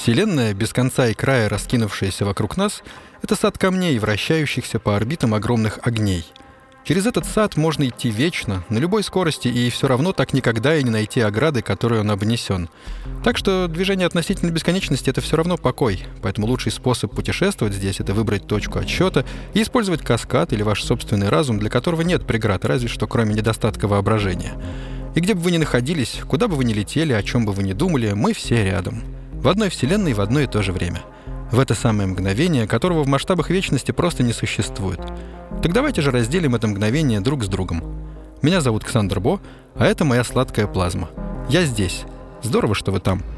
Вселенная, без конца и края раскинувшаяся вокруг нас, это сад камней, вращающихся по орбитам огромных огней. Через этот сад можно идти вечно, на любой скорости, и все равно так никогда и не найти ограды, которой он обнесен. Так что движение относительно бесконечности — это все равно покой, поэтому лучший способ путешествовать здесь — это выбрать точку отсчета и использовать каскад или ваш собственный разум, для которого нет преград, разве что кроме недостатка воображения. И где бы вы ни находились, куда бы вы ни летели, о чем бы вы ни думали, мы все рядом. В одной вселенной в одно и то же время. В это самое мгновение, которого в масштабах вечности просто не существует. Так давайте же разделим это мгновение друг с другом. Меня зовут Ксандр Бо, а это моя сладкая плазма. Я здесь. Здорово, что вы там.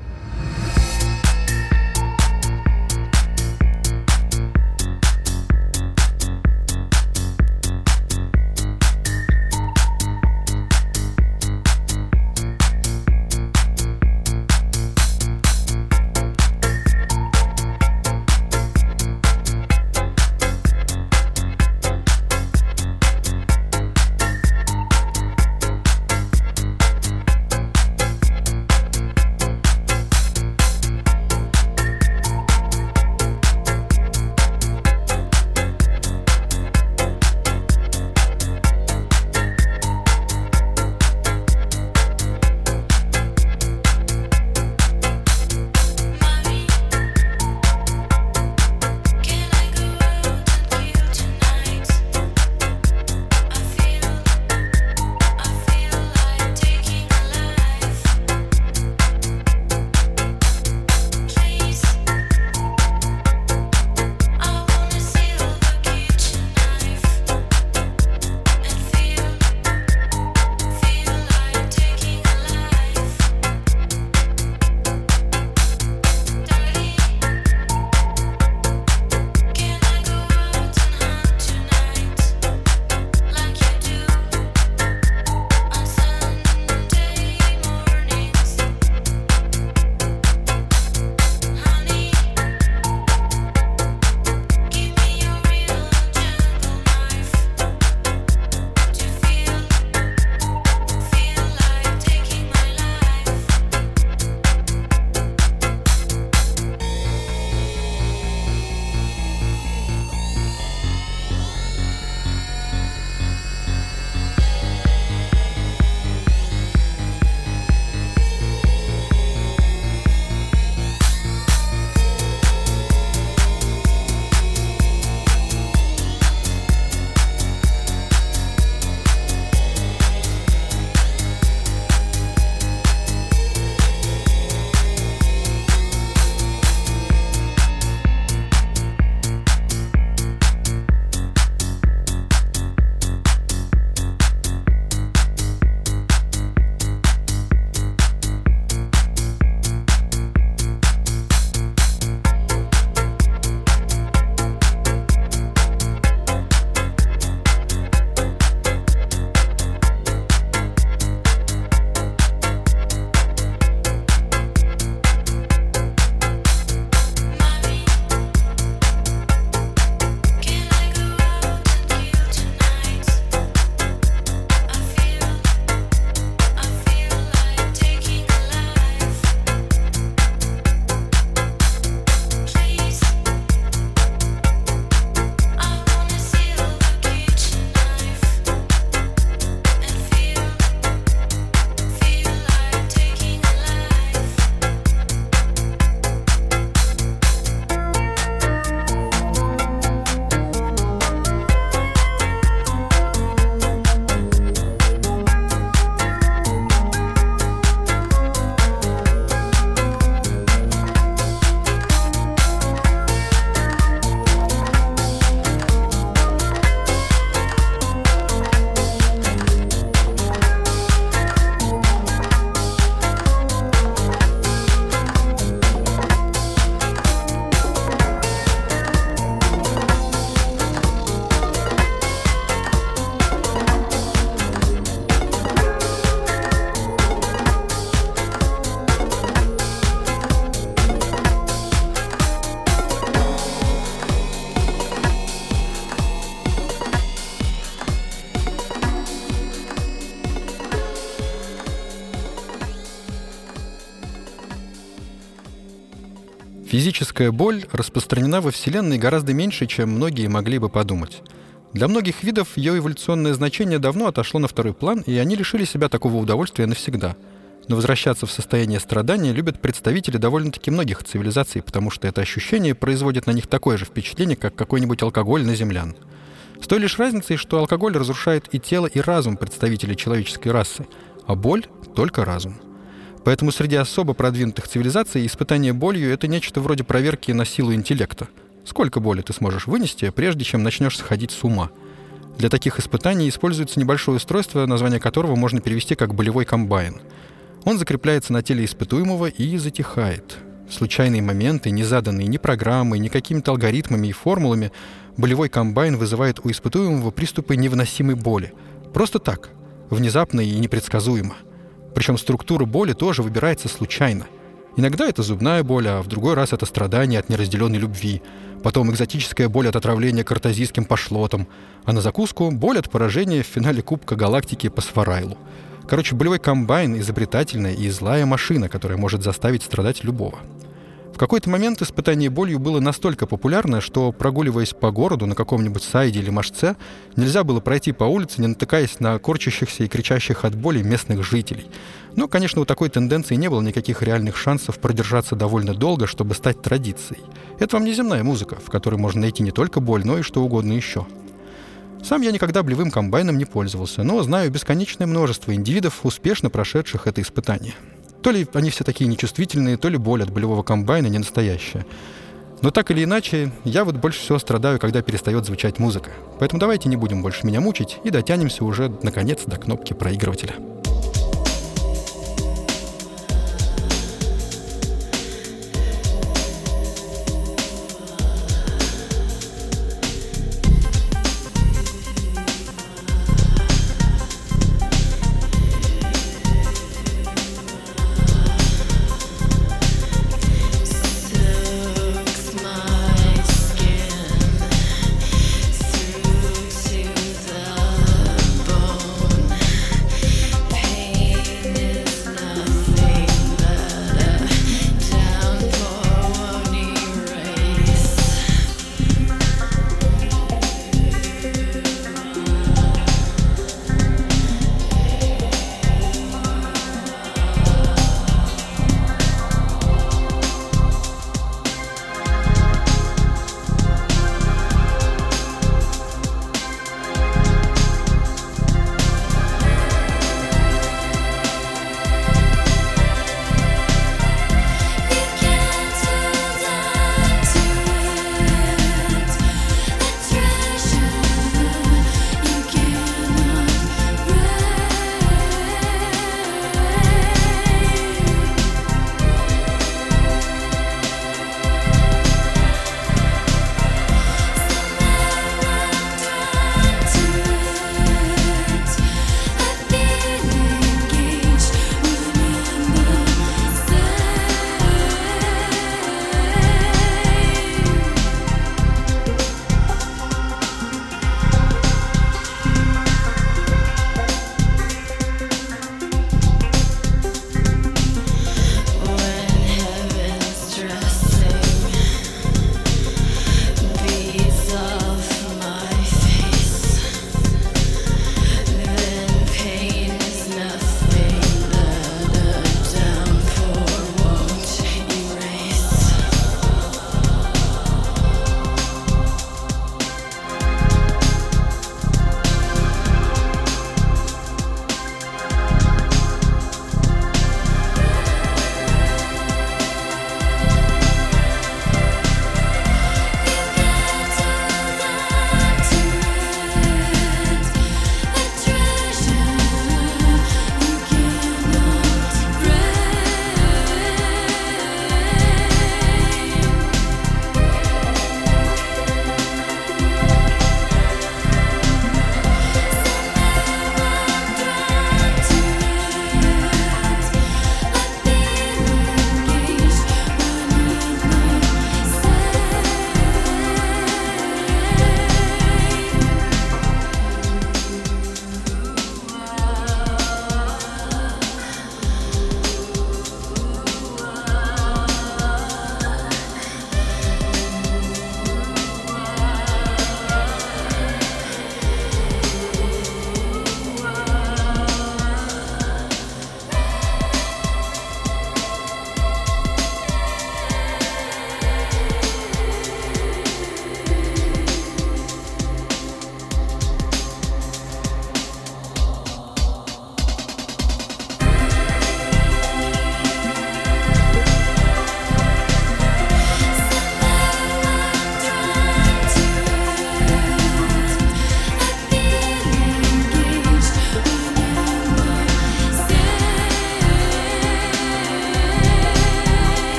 Физическая боль распространена во Вселенной гораздо меньше, чем многие могли бы подумать. Для многих видов ее эволюционное значение давно отошло на второй план, и они лишили себя такого удовольствия навсегда. Но возвращаться в состояние страдания любят представители довольно-таки многих цивилизаций, потому что это ощущение производит на них такое же впечатление, как какой-нибудь алкоголь на землян. С той лишь разницей, что алкоголь разрушает и тело, и разум представителей человеческой расы, а боль — только разум. Поэтому среди особо продвинутых цивилизаций испытание болью — это нечто вроде проверки на силу интеллекта. Сколько боли ты сможешь вынести, прежде чем начнешь сходить с ума? Для таких испытаний используется небольшое устройство, название которого можно перевести как болевой комбайн. Он закрепляется на теле испытуемого и затихает. В случайные моменты, не заданные ни программой, ни какими-то алгоритмами и формулами, болевой комбайн вызывает у испытуемого приступы невыносимой боли. Просто так, внезапно и непредсказуемо. Причем структура боли тоже выбирается случайно. Иногда это зубная боль, а в другой раз это страдание от неразделенной любви. Потом экзотическая боль от отравления картазийским пошлотом. А на закуску боль от поражения в финале Кубка Галактики по Сфарайлу. Короче, болевой комбайн — изобретательная и злая машина, которая может заставить страдать любого. В какой-то момент испытание болью было настолько популярно, что, прогуливаясь по городу на каком-нибудь сайде или мошце, нельзя было пройти по улице, не натыкаясь на корчащихся и кричащих от боли местных жителей. Но, конечно, у такой тенденции не было никаких реальных шансов продержаться довольно долго, чтобы стать традицией. Это вам не земная музыка, в которой можно найти не только боль, но и что угодно еще. Сам я никогда болевым комбайном не пользовался, но знаю бесконечное множество индивидов, успешно прошедших это испытание. То ли они все такие нечувствительные, то ли боль от болевого комбайна не настоящая. Но так или иначе, я вот больше всего страдаю, когда перестает звучать музыка. Поэтому давайте не будем больше меня мучить и дотянемся уже, наконец, до кнопки проигрывателя.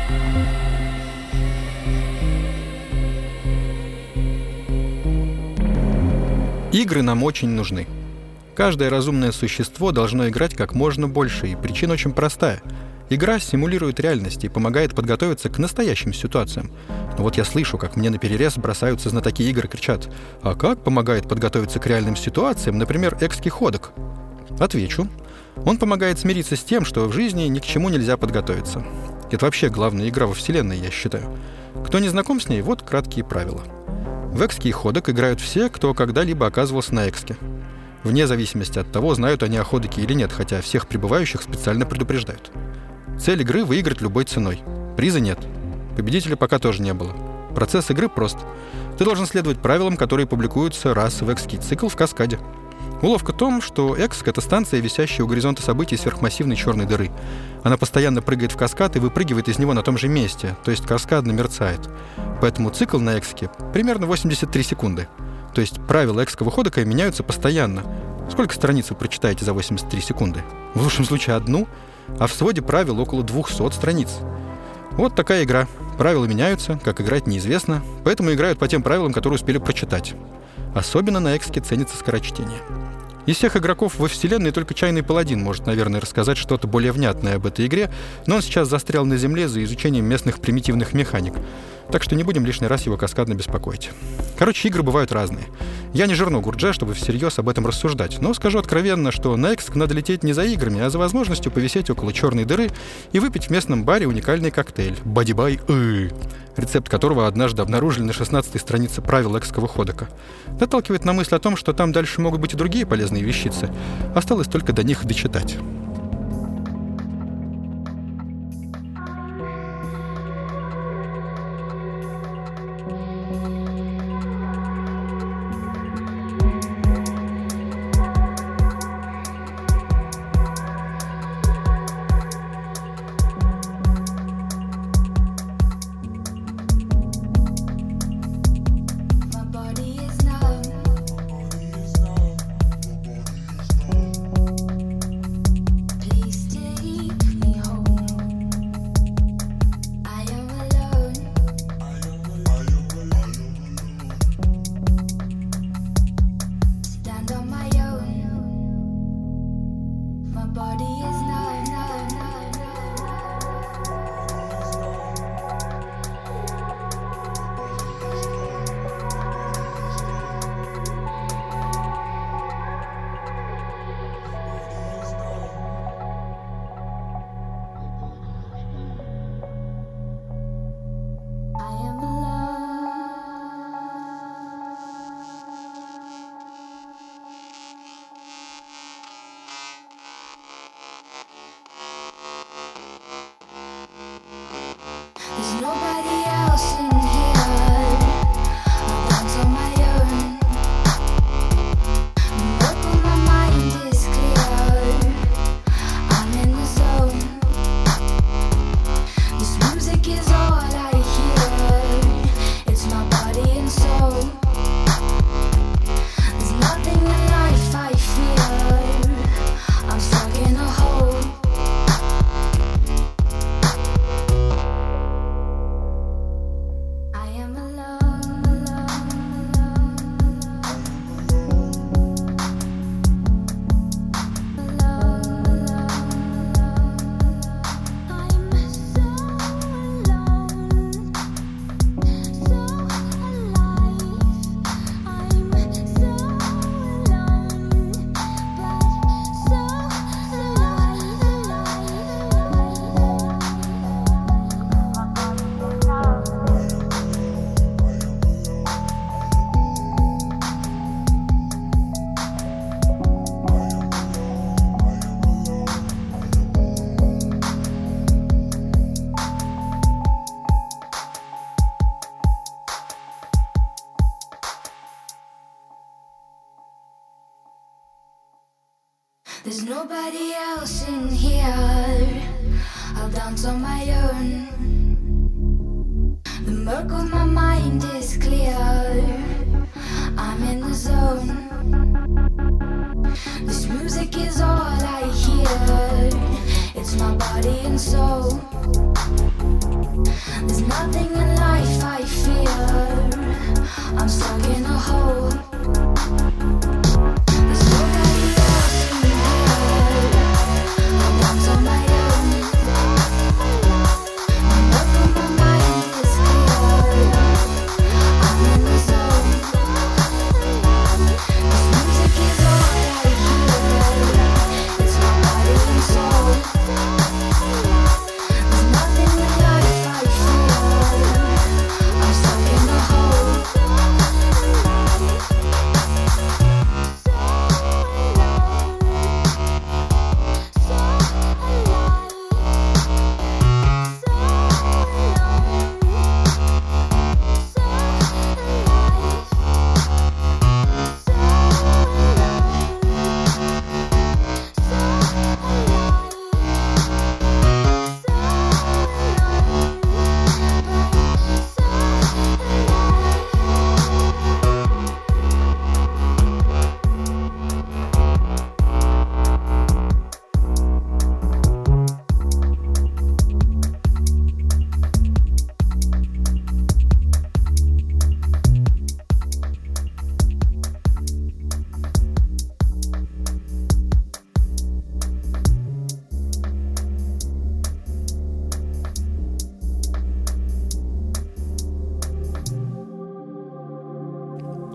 Игры нам очень нужны. Каждое разумное существо должно играть как можно больше, и причина очень простая. Игра симулирует реальность и помогает подготовиться к настоящим ситуациям. Но вот я слышу, как мне наперерез бросаются знатоки игр и кричат: «А как помогает подготовиться к реальным ситуациям, например, экский ходок?» Отвечу. Он помогает смириться с тем, что в жизни ни к чему нельзя подготовиться. Это вообще главная игра во Вселенной, я считаю. Кто не знаком с ней, вот краткие правила. В экский ходок играют все, кто когда-либо оказывался на экске. Вне зависимости от того, знают они о ходоке или нет, хотя всех прибывающих специально предупреждают. Цель игры — выиграть любой ценой. Приза нет. Победителя пока тоже не было. Процесс игры прост. Ты должен следовать правилам, которые публикуются раз в экский цикл в каскаде. Уловка в том, что Экск — это станция, висящая у горизонта событий сверхмассивной черной дыры. Она постоянно прыгает в каскад и выпрыгивает из него на том же месте, то есть каскадно мерцает. Поэтому цикл на Экске примерно 83 секунды. То есть правила экского ходока меняются постоянно. Сколько страниц вы прочитаете за 83 секунды? В лучшем случае одну, а в своде правил около 200 страниц. Вот такая игра. Правила меняются, как играть неизвестно, поэтому играют по тем правилам, которые успели прочитать. Особенно на экске ценится скорочтение. Из всех игроков во вселенной только Чайный Паладин может, наверное, рассказать что-то более внятное об этой игре, но он сейчас застрял на земле за изучением местных примитивных механик. Так что не будем лишний раз его каскадно беспокоить. Короче, игры бывают разные. Я не жирну Гурджа, чтобы всерьез об этом рассуждать, но скажу откровенно, что на Экск надо лететь не за играми, а за возможностью повисеть около черной дыры и выпить в местном баре уникальный коктейль «Бадибай», рецепт которого однажды обнаружили на 16-й странице правил экского ходока. Наталкивает на мысль о том, что там дальше могут быть и другие полезные вещицы. Осталось только до них дочитать. There's nobody else in here. I'll dance on my own. The murk of my mind is clear. I'm in the zone. This music is all I hear. It's my body and soul.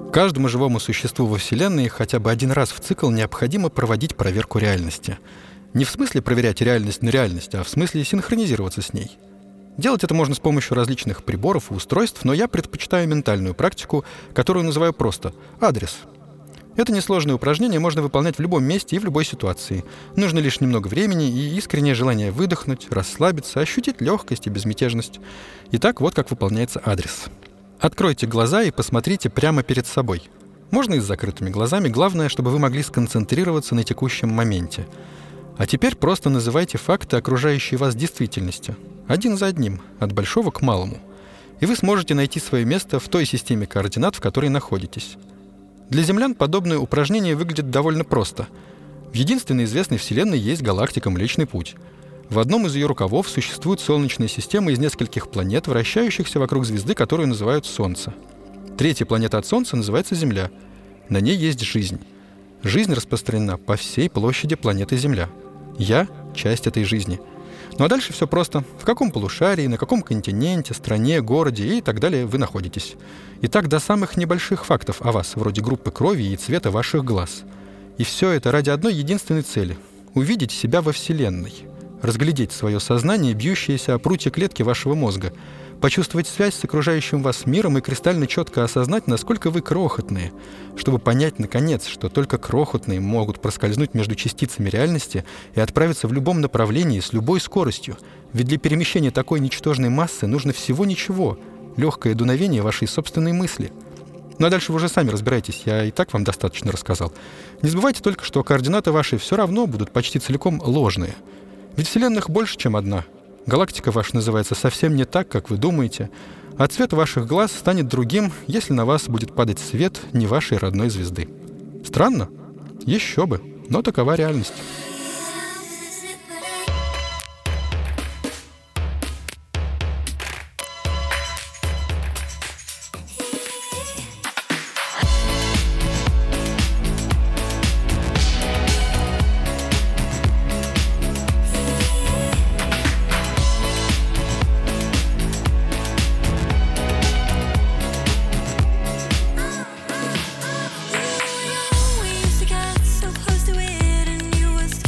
Каждому живому существу во Вселенной хотя бы один раз в цикл необходимо проводить проверку реальности. Не в смысле проверять реальность на реальность, а в смысле синхронизироваться с ней. Делать это можно с помощью различных приборов и устройств, но я предпочитаю ментальную практику, которую называю просто «адрес». Это несложное упражнение можно выполнять в любом месте и в любой ситуации. Нужно лишь немного времени и искреннее желание выдохнуть, расслабиться, ощутить легкость и безмятежность. Итак, вот как выполняется адрес. Откройте глаза и посмотрите прямо перед собой. Можно и с закрытыми глазами, главное, чтобы вы могли сконцентрироваться на текущем моменте. А теперь просто называйте факты окружающей вас действительности. Один за одним, от большого к малому. И вы сможете найти свое место в той системе координат, в которой находитесь. Для землян подобное упражнение выглядит довольно просто. В единственной известной Вселенной есть галактика Млечный Путь. В одном из ее рукавов существует Солнечная система из нескольких планет, вращающихся вокруг звезды, которую называют Солнце. Третья планета от Солнца называется Земля. На ней есть жизнь. Жизнь распространена по всей площади планеты Земля. Я — часть этой жизни. Ну а дальше все просто. В каком полушарии, на каком континенте, стране, городе и так далее вы находитесь. И так до самых небольших фактов о вас, вроде группы крови и цвета ваших глаз. И все это ради одной единственной цели — увидеть себя во Вселенной. Разглядеть свое сознание, бьющееся о прутья клетки вашего мозга, почувствовать связь с окружающим вас миром и кристально четко осознать, насколько вы крохотные, чтобы понять, наконец, что только крохотные могут проскользнуть между частицами реальности и отправиться в любом направлении с любой скоростью. Ведь для перемещения такой ничтожной массы нужно всего ничего — легкое дуновение вашей собственной мысли. Ну а дальше вы уже сами разбирайтесь, я и так вам достаточно рассказал. Не забывайте только, что координаты ваши все равно будут почти целиком ложные. Ведь вселенных больше, чем одна. Галактика ваша называется совсем не так, как вы думаете, а цвет ваших глаз станет другим, если на вас будет падать свет не вашей родной звезды. Странно? Еще бы, но такова реальность. We used to get so close to it, and you were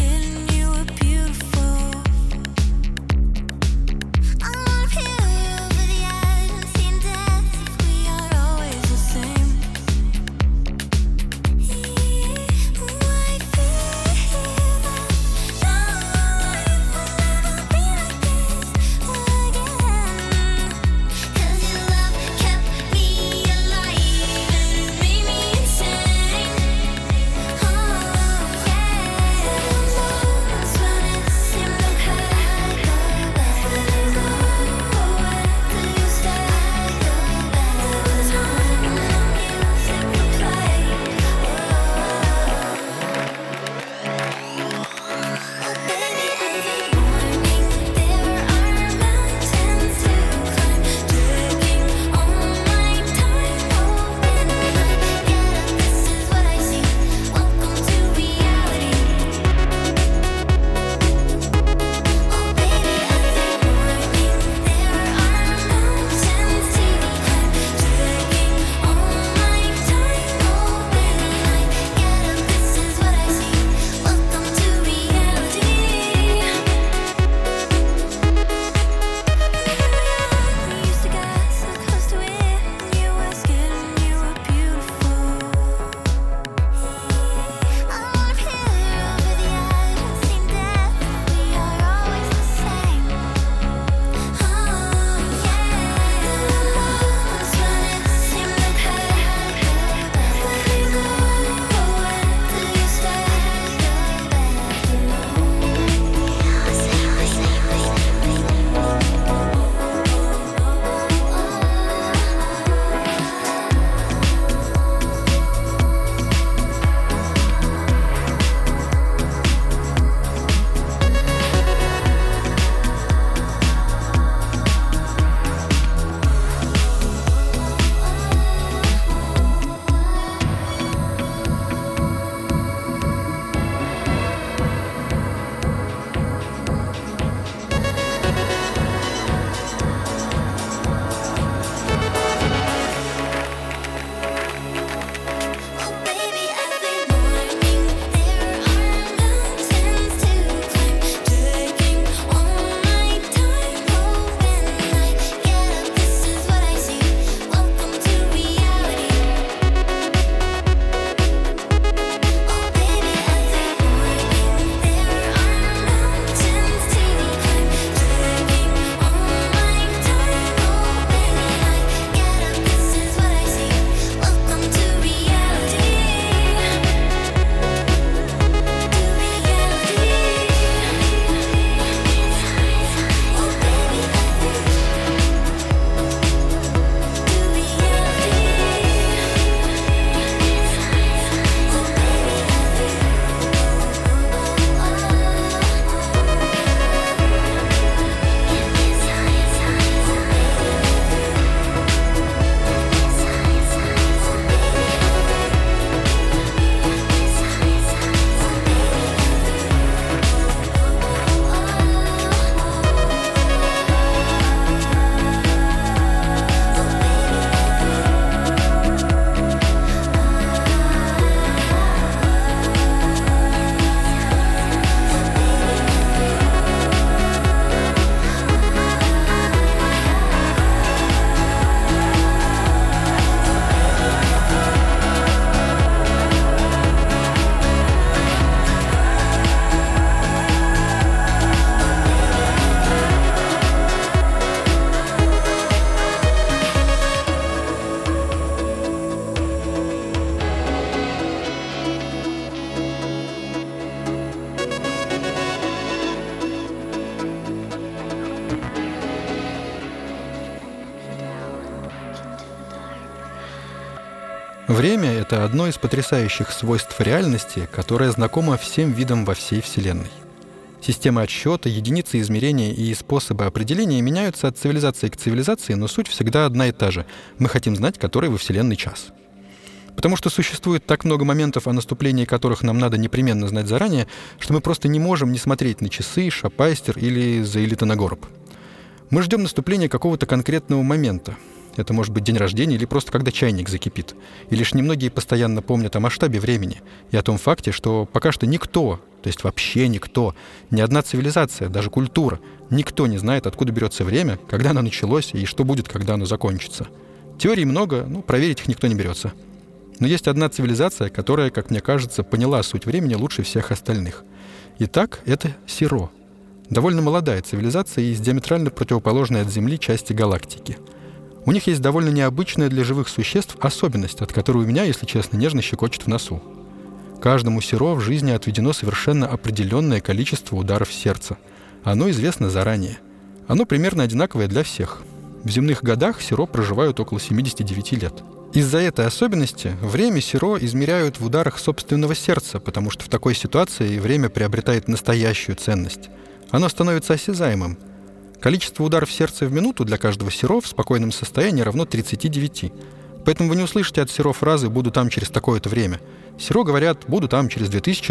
Время — это одно из потрясающих свойств реальности, которое знакомо всем видам во всей Вселенной. Системы отсчета, единицы измерения и способы определения меняются от цивилизации к цивилизации, но суть всегда одна и та же. Мы хотим знать, который во Вселенной час. Потому что существует так много моментов, о наступлении которых нам надо непременно знать заранее, что мы просто не можем не смотреть на часы, шапайстер или заэлита на горб. Мы ждем наступления какого-то конкретного момента. Это может быть день рождения или просто когда чайник закипит. И лишь немногие постоянно помнят о масштабе времени и о том факте, что пока что никто, то есть вообще никто, ни одна цивилизация, даже культура, никто не знает, откуда берется время, когда оно началось и что будет, когда оно закончится. Теорий много, но проверить их никто не берется. Но есть одна цивилизация, которая, как мне кажется, поняла суть времени лучше всех остальных. Итак, это Сиро. Довольно молодая цивилизация из диаметрально противоположной от Земли части галактики. У них есть довольно необычная для живых существ особенность, от которой у меня, если честно, нежно щекочет в носу. Каждому Сиро в жизни отведено совершенно определенное количество ударов сердца. Оно известно заранее. Оно примерно одинаковое для всех. В земных годах Сиро проживают около 79 лет. Из-за этой особенности время Сиро измеряют в ударах собственного сердца, потому что в такой ситуации время приобретает настоящую ценность. Оно становится осязаемым. Количество ударов сердца в минуту для каждого Сиро в спокойном состоянии равно 39. Поэтому вы не услышите от Сиро фразы «буду там через такое-то время». Сиро говорят «буду там через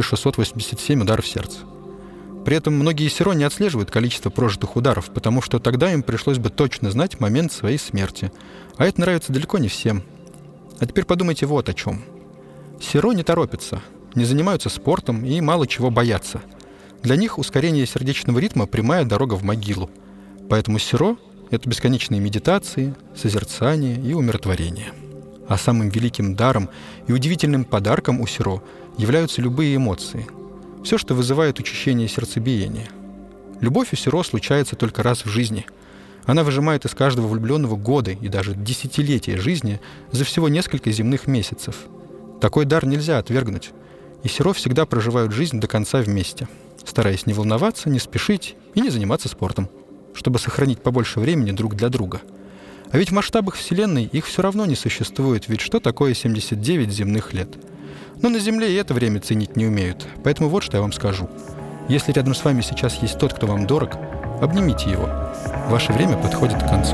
2687 ударов сердца». При этом многие Сиро не отслеживают количество прожитых ударов, потому что тогда им пришлось бы точно знать момент своей смерти. А это нравится далеко не всем. А теперь подумайте вот о чем. Сиро не торопятся, не занимаются спортом и мало чего боятся. Для них ускорение сердечного ритма — прямая дорога в могилу. Поэтому Сиро — это бесконечные медитации, созерцание и умиротворение. А самым великим даром и удивительным подарком у Сиро являются любые эмоции. Все, что вызывает учащение сердцебиения. Любовь у Сиро случается только раз в жизни. Она выжимает из каждого влюбленного годы и даже десятилетия жизни за всего несколько земных месяцев. Такой дар нельзя отвергнуть. И Сиро всегда проживают жизнь до конца вместе, стараясь не волноваться, не спешить и не заниматься спортом, чтобы сохранить побольше времени друг для друга. А ведь в масштабах Вселенной их все равно не существует, ведь что такое 79 земных лет? Но на Земле и это время ценить не умеют, поэтому вот что я вам скажу. Если рядом с вами сейчас есть тот, кто вам дорог, обнимите его. Ваше время подходит к концу.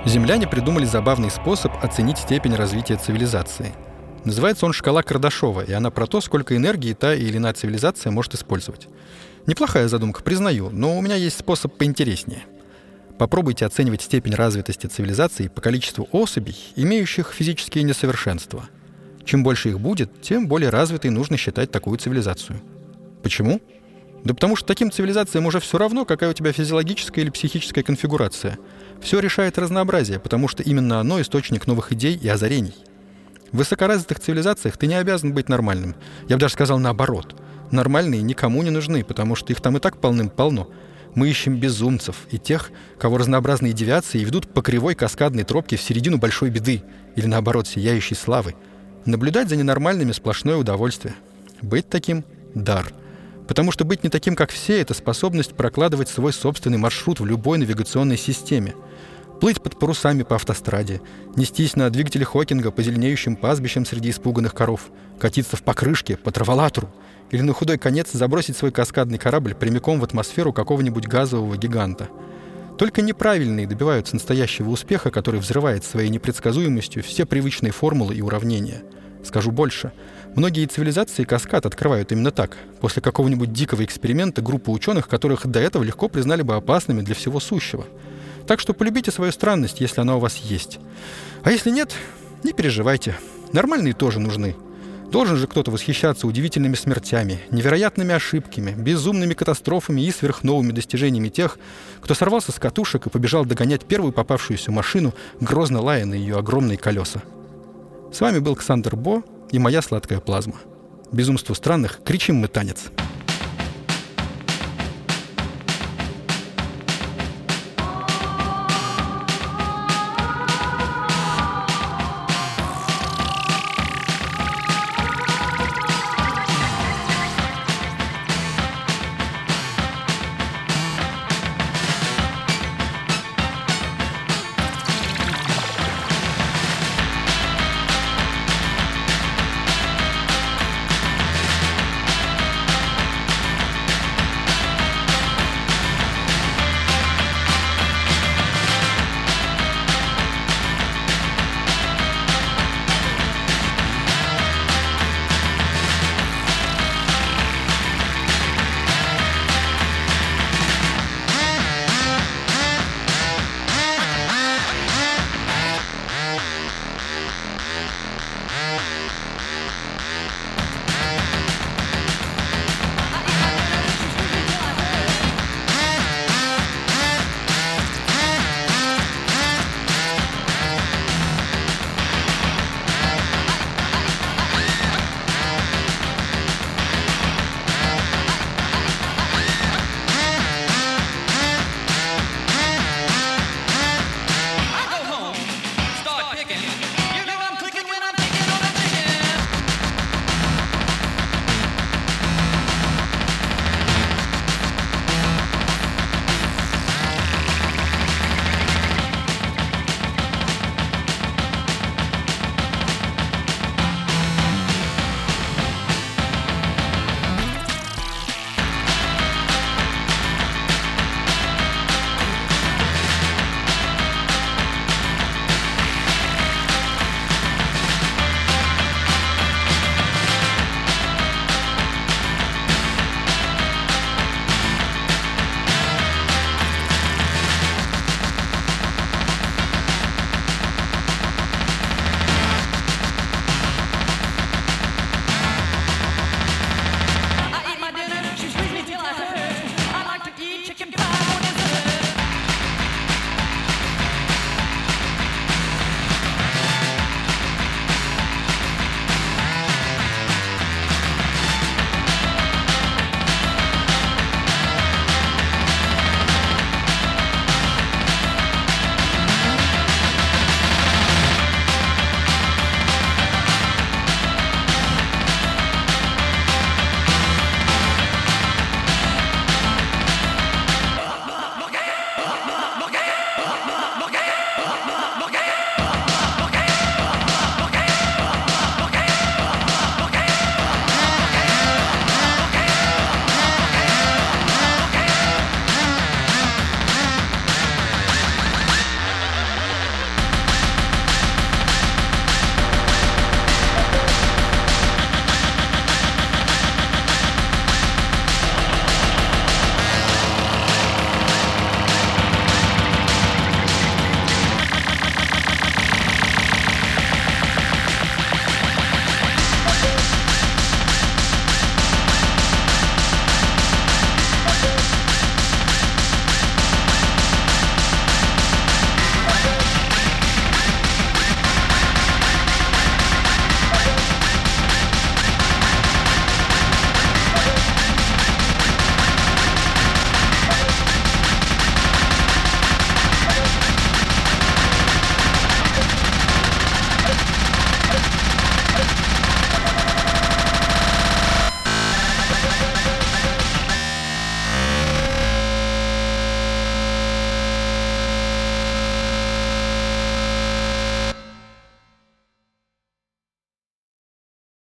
Земляне придумали забавный способ оценить степень развития цивилизации. Называется он шкала Кардашова, и она про то, сколько энергии та или иная цивилизация может использовать. Неплохая задумка, признаю, но у меня есть способ поинтереснее. Попробуйте оценивать степень развитости цивилизации по количеству особей, имеющих физические несовершенства. Чем больше их будет, тем более развитой нужно считать такую цивилизацию. Почему? Да потому что таким цивилизациям уже все равно, какая у тебя физиологическая или психическая конфигурация. Все решает разнообразие, потому что именно оно источник новых идей и озарений. В высокоразвитых цивилизациях ты не обязан быть нормальным. Я бы даже сказал наоборот. Нормальные никому не нужны, потому что их там и так полным-полно. Мы ищем безумцев и тех, кого разнообразные девиации ведут по кривой каскадной тропке в середину большой беды или, наоборот, сияющей славы. Наблюдать за ненормальными — сплошное удовольствие. Быть таким — дар. Потому что быть не таким, как все — это способность прокладывать свой собственный маршрут в любой навигационной системе. Плыть под парусами по автостраде, нестись на двигателе Хокинга по зеленеющим пастбищам среди испуганных коров, катиться в покрышке по траволатору или на худой конец забросить свой каскадный корабль прямиком в атмосферу какого-нибудь газового гиганта. Только неправильные добиваются настоящего успеха, который взрывает своей непредсказуемостью все привычные формулы и уравнения. Скажу больше. Многие цивилизации каскад открывают именно так, после какого-нибудь дикого эксперимента группы ученых, которых до этого легко признали бы опасными для всего сущего. Так что полюбите свою странность, если она у вас есть. А если нет, не переживайте. Нормальные тоже нужны. Должен же кто-то восхищаться удивительными смертями, невероятными ошибками, безумными катастрофами и сверхновыми достижениями тех, кто сорвался с катушек и побежал догонять первую попавшуюся машину, грозно лая на ее огромные колеса. С вами был Ксандер Бо и моя сладкая плазма. Безумству странных кричим мы танец.